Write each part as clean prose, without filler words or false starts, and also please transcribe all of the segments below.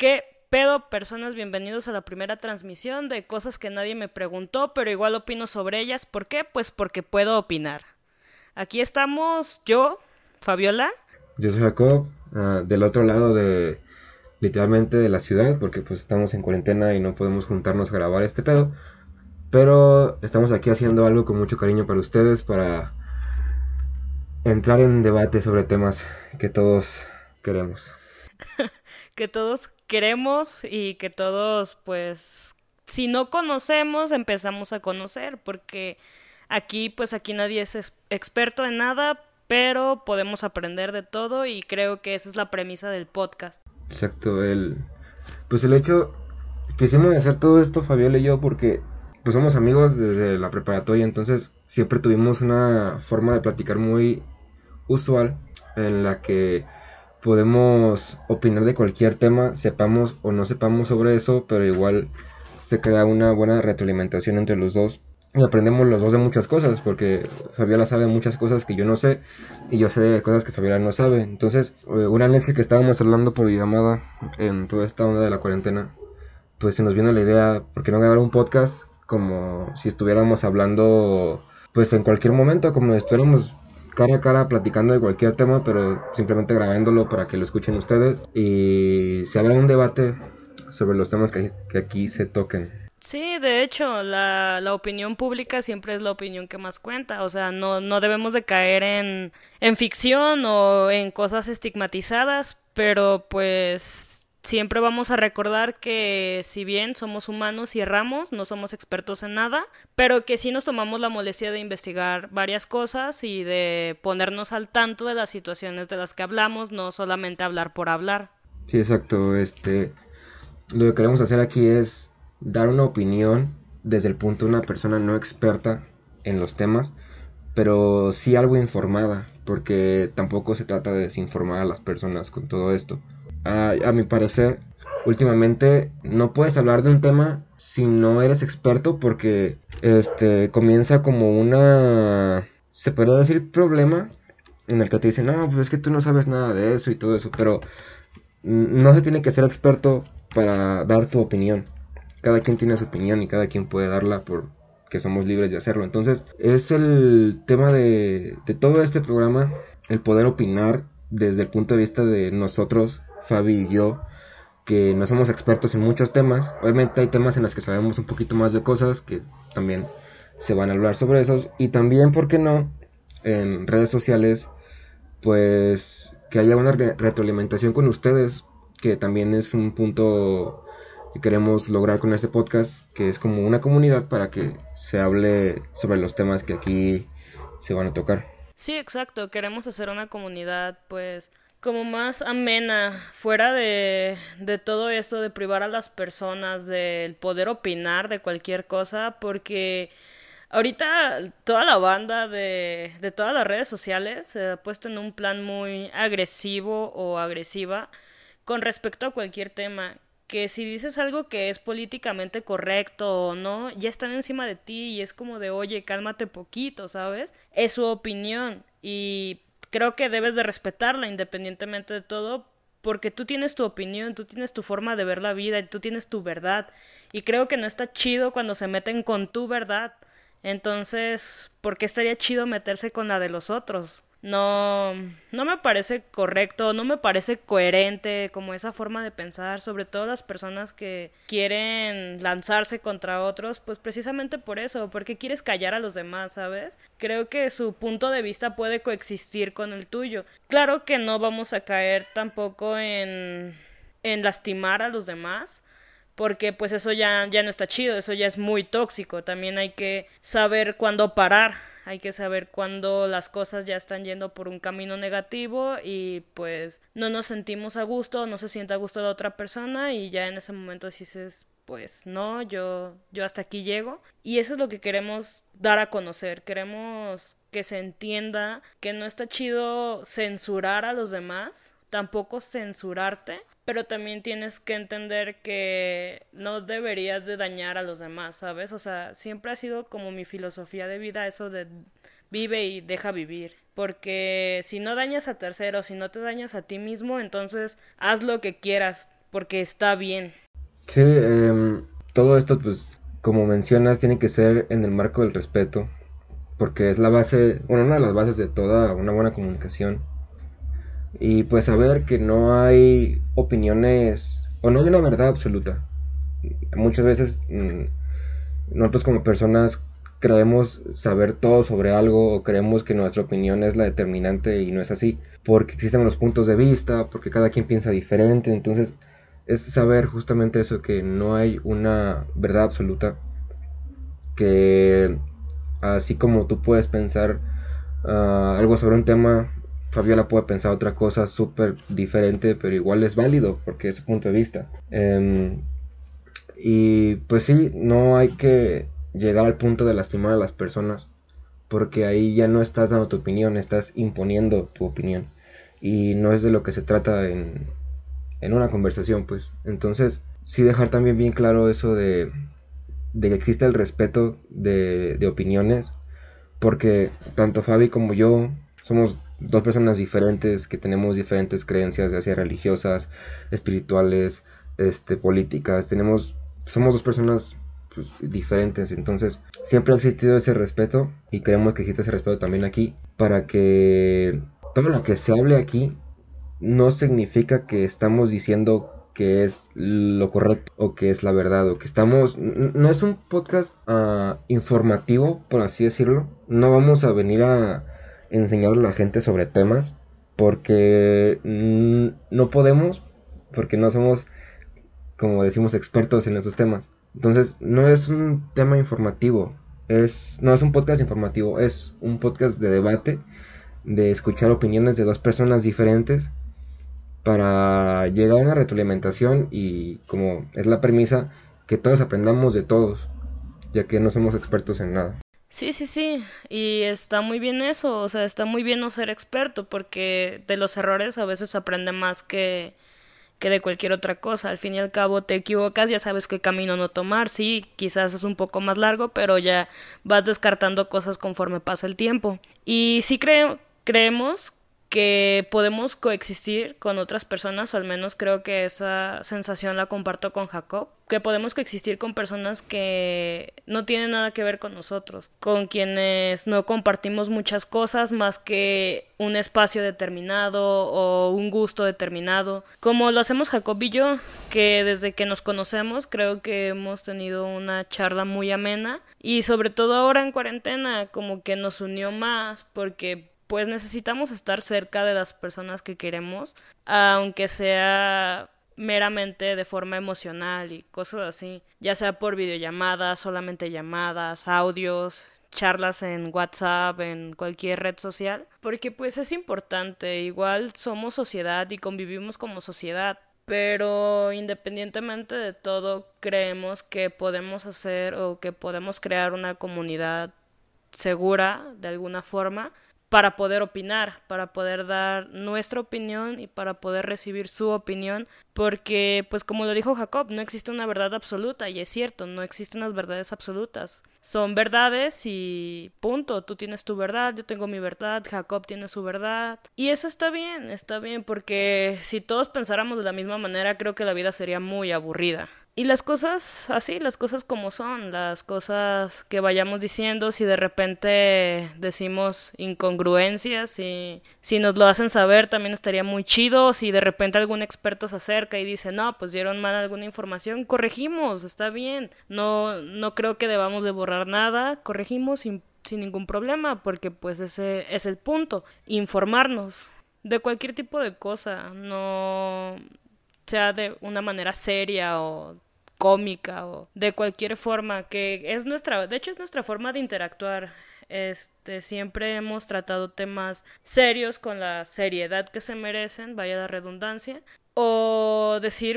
¿Qué pedo, personas? Bienvenidos a la primera transmisión de cosas que nadie me preguntó, pero igual opino sobre ellas. ¿Por qué? Pues porque puedo opinar. Aquí estamos yo, Fabiola. Yo soy Jacob, del otro lado literalmente de la ciudad, porque pues estamos en cuarentena y no podemos juntarnos a grabar este pedo. Pero estamos aquí haciendo algo con mucho cariño para ustedes, para entrar en debate sobre temas que todos queremos. Que todos queremos y que todos, pues, si no conocemos, empezamos a conocer, porque aquí nadie es experto en nada, pero podemos aprender de todo y creo que esa es la premisa del podcast. Exacto, pues el hecho, quisimos hacer todo esto Fabiola y yo porque pues somos amigos desde la preparatoria, entonces siempre tuvimos una forma de platicar muy usual en la que podemos opinar de cualquier tema, sepamos o no sepamos sobre eso, pero igual se crea una buena retroalimentación entre los dos y aprendemos los dos de muchas cosas, porque Fabiola sabe muchas cosas que yo no sé y yo sé de cosas que Fabiola no sabe. Entonces, una noche que estábamos hablando por llamada en toda esta onda de la cuarentena, pues se nos vino la idea, ¿por qué no grabar un podcast como si estuviéramos hablando pues en cualquier momento, como si estuviéramos cara a cara platicando de cualquier tema, pero simplemente grabándolo para que lo escuchen ustedes y se haga un debate sobre los temas que aquí se toquen? Sí, de hecho, la opinión pública siempre es la opinión que más cuenta, o sea, no debemos de caer en ficción o en cosas estigmatizadas, pero pues siempre vamos a recordar que si bien somos humanos y erramos, no somos expertos en nada, pero que sí nos tomamos la molestia de investigar varias cosas y de ponernos al tanto de las situaciones de las que hablamos, no solamente hablar por hablar. Sí, exacto. Lo que queremos hacer aquí es dar una opinión desde el punto de una persona no experta en los temas, pero sí algo informada, porque tampoco se trata de desinformar a las personas con todo esto. A mi parecer, últimamente no puedes hablar de un tema si no eres experto, porque comienza como se podría decir, problema en el que te dicen, no, pues es que tú no sabes nada de eso y todo eso, pero no se tiene que ser experto para dar tu opinión. Cada quien tiene su opinión y cada quien puede darla porque somos libres de hacerlo. Entonces, es el tema de todo este programa, el poder opinar desde el punto de vista de nosotros, Fabi y yo, que no somos expertos en muchos temas. Obviamente hay temas en los que sabemos un poquito más de cosas, que también se van a hablar sobre esos. Y también, ¿por qué no? En redes sociales, pues que haya una retroalimentación con ustedes, que también es un punto que queremos lograr con este podcast, que es como una comunidad para que se hable sobre los temas que aquí se van a tocar. Sí, exacto, queremos hacer una comunidad pues como más amena, fuera de todo esto de privar a las personas del poder opinar de cualquier cosa, porque ahorita toda la banda de todas las redes sociales se ha puesto en un plan muy agresivo o agresiva con respecto a cualquier tema. Que si dices algo que es políticamente correcto o no, ya están encima de ti y es como de, oye, cálmate poquito, ¿sabes? Es su opinión y creo que debes de respetarla independientemente de todo, porque tú tienes tu opinión, tú tienes tu forma de ver la vida y tú tienes tu verdad. Y creo que no está chido cuando se meten con tu verdad. Entonces, ¿por qué estaría chido meterse con la de los otros? No me parece correcto, no me parece coherente como esa forma de pensar, sobre todo las personas que quieren lanzarse contra otros, pues precisamente por eso, porque quieres callar a los demás, ¿sabes? Creo que su punto de vista puede coexistir con el tuyo. Claro que no vamos a caer tampoco en lastimar a los demás, porque pues eso ya no está chido, eso ya es muy tóxico. También hay que saber cuándo parar, hay que saber cuándo las cosas ya están yendo por un camino negativo y pues no nos sentimos a gusto, no se siente a gusto la otra persona y ya en ese momento dices, pues no, yo hasta aquí llego. Y eso es lo que queremos dar a conocer, queremos que se entienda que no está chido censurar a los demás, tampoco censurarte, pero también tienes que entender que no deberías de dañar a los demás, ¿sabes? O sea, siempre ha sido como mi filosofía de vida eso de vive y deja vivir, porque si no dañas a terceros, si no te dañas a ti mismo, entonces haz lo que quieras, porque está bien. Sí, todo esto, pues, como mencionas, tiene que ser en el marco del respeto, porque es la base, bueno, una de las bases de toda una buena comunicación. Y pues saber que no hay opiniones, o no hay una verdad absoluta. Muchas veces nosotros como personas creemos saber todo sobre algo o creemos que nuestra opinión es la determinante y no es así, porque existen los puntos de vista, porque cada quien piensa diferente. Entonces es saber justamente eso, que no hay una verdad absoluta, que así como tú puedes pensar algo sobre un tema, Fabiola puede pensar otra cosa súper diferente, pero igual es válido porque es su punto de vista. Y pues sí, no hay que llegar al punto de lastimar a las personas, porque ahí ya no estás dando tu opinión, estás imponiendo tu opinión. Y no es de lo que se trata en una conversación, pues. Entonces, sí dejar también bien claro eso de que existe el respeto de opiniones, porque tanto Fabi como yo somos dos personas diferentes que tenemos diferentes creencias, ya sea religiosas, espirituales, políticas. Somos dos personas, pues, diferentes. Entonces siempre ha existido ese respeto y creemos que existe ese respeto también aquí, para que todo lo que se hable aquí no significa que estamos diciendo que es lo correcto o que es la verdad o que estamos... No es un podcast informativo, por así decirlo. No vamos a venir a enseñar a la gente sobre temas, porque no podemos, porque no somos, como decimos, expertos en esos temas. Entonces no es un tema informativo, no es un podcast informativo, es un podcast de debate, de escuchar opiniones de dos personas diferentes para llegar a una retroalimentación y, como es la premisa, que todos aprendamos de todos, ya que no somos expertos en nada. Sí, sí, sí, y está muy bien eso, o sea, está muy bien no ser experto, porque de los errores a veces se aprende más que de cualquier otra cosa. Al fin y al cabo te equivocas, ya sabes qué camino no tomar. Sí, quizás es un poco más largo, pero ya vas descartando cosas conforme pasa el tiempo. Y sí creemos que podemos coexistir con otras personas, o al menos creo que esa sensación la comparto con Jacob, que podemos coexistir con personas que no tienen nada que ver con nosotros, con quienes no compartimos muchas cosas más que un espacio determinado o un gusto determinado, como lo hacemos Jacob y yo, que desde que nos conocemos creo que hemos tenido una charla muy amena, y sobre todo ahora en cuarentena como que nos unió más, porque pues necesitamos estar cerca de las personas que queremos, aunque sea meramente de forma emocional y cosas así, ya sea por videollamadas, solamente llamadas, audios, charlas en WhatsApp, en cualquier red social, porque pues es importante, igual somos sociedad y convivimos como sociedad, pero independientemente de todo, creemos que podemos hacer o que podemos crear una comunidad segura de alguna forma para poder opinar, para poder dar nuestra opinión y para poder recibir su opinión, porque pues como lo dijo Jacob, no existe una verdad absoluta, y es cierto, no existen las verdades absolutas. Son verdades y punto. Tú tienes tu verdad, yo tengo mi verdad, Jacob tiene su verdad. Y eso está bien, porque si todos pensáramos de la misma manera, creo que la vida sería muy aburrida. Y las cosas así, las cosas como son, las cosas que vayamos diciendo, si de repente decimos incongruencias y si nos lo hacen saber también estaría muy chido. Si de repente algún experto se acerca y dice, no, pues dieron mal alguna información, corregimos, está bien. No creo que debamos de borrar nada, corregimos sin ningún problema, porque pues ese es el punto, informarnos de cualquier tipo de cosa, no sea de una manera seria o cómica o de cualquier forma, que es nuestra, de hecho es nuestra forma de interactuar. Siempre hemos tratado temas serios con la seriedad que se merecen, vaya la redundancia, o decir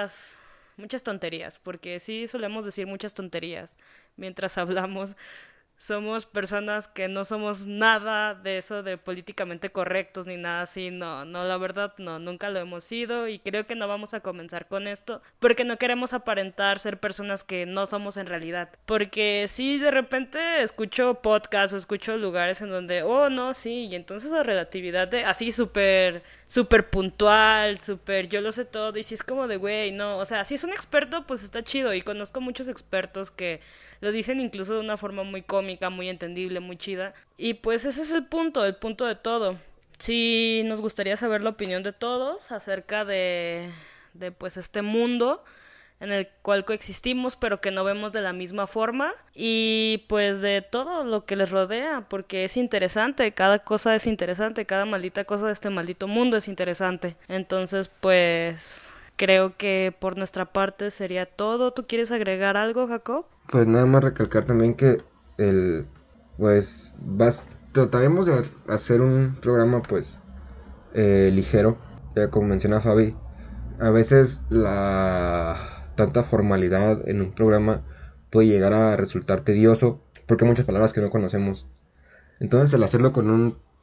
muchas tonterías, porque sí solemos decir muchas tonterías mientras hablamos. Somos personas que no somos nada de eso de políticamente correctos ni nada así, no, la verdad no, nunca lo hemos sido, y creo que no vamos a comenzar con esto porque no queremos aparentar ser personas que no somos en realidad, porque si de repente escucho podcasts o escucho lugares en donde, oh no, sí, y entonces la relatividad de así súper súper puntual, súper yo lo sé todo, y si es como de, güey, no, o sea, si es un experto, pues está chido, y conozco muchos expertos que lo dicen incluso de una forma muy cómica, muy entendible, muy chida, y pues ese es el punto de todo. Sí, nos gustaría saber la opinión de todos acerca de pues este mundo en el cual coexistimos pero que no vemos de la misma forma y pues de todo lo que les rodea porque es interesante, cada cosa es interesante, cada maldita cosa de este maldito mundo es interesante. Entonces pues creo que por nuestra parte sería todo. ¿Tú quieres agregar algo, Jacob? Pues nada más recalcar también que el pues trataremos de hacer un programa pues ligero, ya como menciona Fabi. A veces la tanta formalidad en un programa puede llegar a resultar tedioso porque hay muchas palabras que no conocemos. Entonces al hacerlo con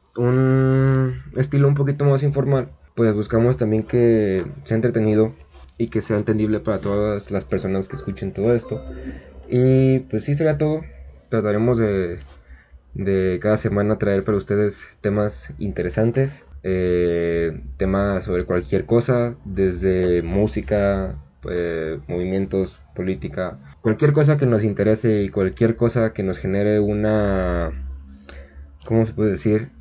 un estilo un poquito más informal, pues buscamos también que sea entretenido y que sea entendible para todas las personas que escuchen todo esto. Y pues sí, será todo. Trataremos de cada semana traer para ustedes temas interesantes, temas sobre cualquier cosa, desde música, movimientos, política, cualquier cosa que nos interese y cualquier cosa que nos genere una, ¿cómo se puede decir?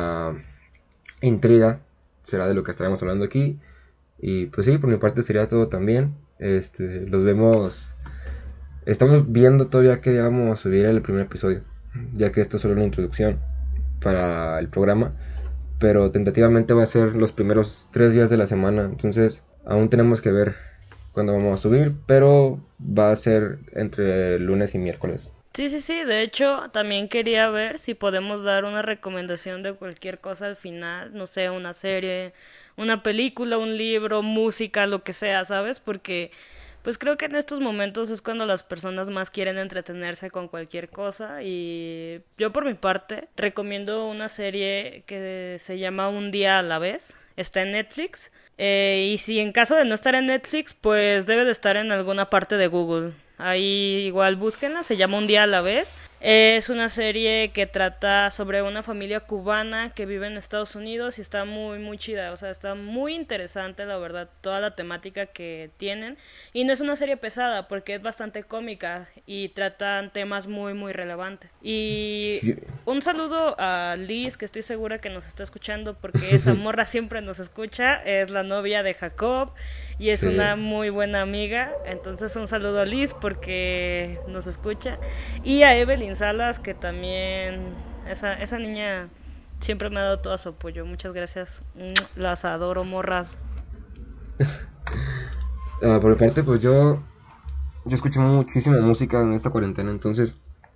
Intriga, será de lo que estaremos hablando aquí. Y pues sí, por mi parte sería todo también. Los vemos. Estamos viendo todavía que vamos a subir el primer episodio, ya que esto es solo una introducción para el programa, pero tentativamente va a ser los primeros 3 días de la semana, entonces aún tenemos que ver cuándo vamos a subir, pero va a ser entre lunes y miércoles. Sí, sí, sí, de hecho también quería ver si podemos dar una recomendación de cualquier cosa al final, no sé, una serie, una película, un libro, música, lo que sea, ¿sabes? Porque pues creo que en estos momentos es cuando las personas más quieren entretenerse con cualquier cosa y yo por mi parte recomiendo una serie que se llama Un día a la vez, está en Netflix y si en caso de no estar en Netflix pues debe de estar en alguna parte de Google. Ahí igual búsquenla, se llama Un día a la vez. Es una serie que trata sobre una familia cubana que vive en Estados Unidos y está muy muy chida, o sea, está muy interesante la verdad toda la temática que tienen y no es una serie pesada porque es bastante cómica y tratan temas muy muy relevantes. Y un saludo a Liz que estoy segura que nos está escuchando porque esa morra siempre nos escucha, es la novia de Jacob y es una muy buena amiga, entonces un saludo a Liz porque nos escucha y a Evelyn Salas que también esa niña siempre me ha dado todo su apoyo, muchas gracias, las adoro morras. Por mi parte pues yo escucho muchísima música en esta cuarentena, entonces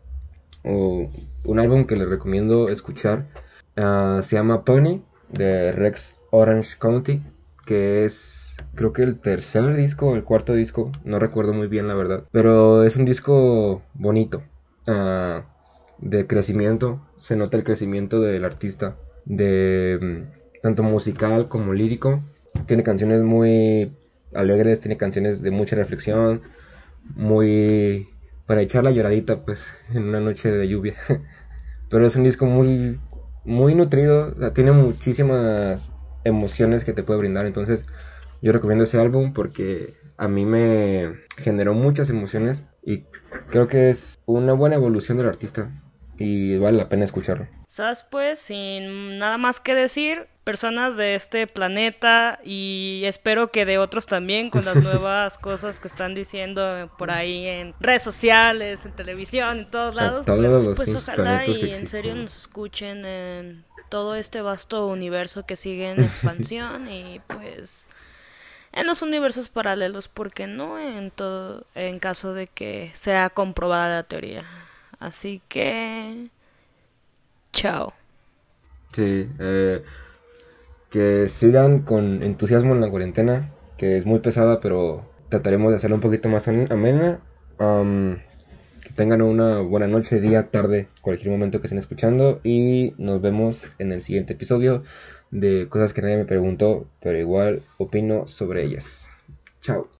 un álbum que les recomiendo escuchar se llama Pony de Rex Orange County, que es creo que el tercer disco o el cuarto disco, no recuerdo muy bien la verdad, pero es un disco bonito, de crecimiento, se nota el crecimiento del artista, de tanto musical como lírico, tiene canciones muy alegres, tiene canciones de mucha reflexión, muy para echar la lloradita pues en una noche de lluvia. Pero es un disco muy muy nutrido, o sea, tiene muchísimas emociones que te puede brindar, entonces yo recomiendo ese álbum porque a mí me generó muchas emociones y creo que es una buena evolución del artista y vale la pena escucharlo. ¿Sabes? Pues, sin nada más que decir, personas de este planeta y espero que de otros también con las nuevas cosas que están diciendo por ahí en redes sociales, en televisión, en todos lados, pues ojalá y en serio nos escuchen en todo este vasto universo que sigue en expansión y pues en los universos paralelos, porque no en todo, en caso de que sea comprobada la teoría. Así que chao. Sí, que sigan con entusiasmo en la cuarentena, que es muy pesada, pero trataremos de hacerla un poquito más amena. Que tengan una buena noche, día, tarde, cualquier momento que estén escuchando. Y nos vemos en el siguiente episodio de cosas que nadie me preguntó, pero igual opino sobre ellas. Chao.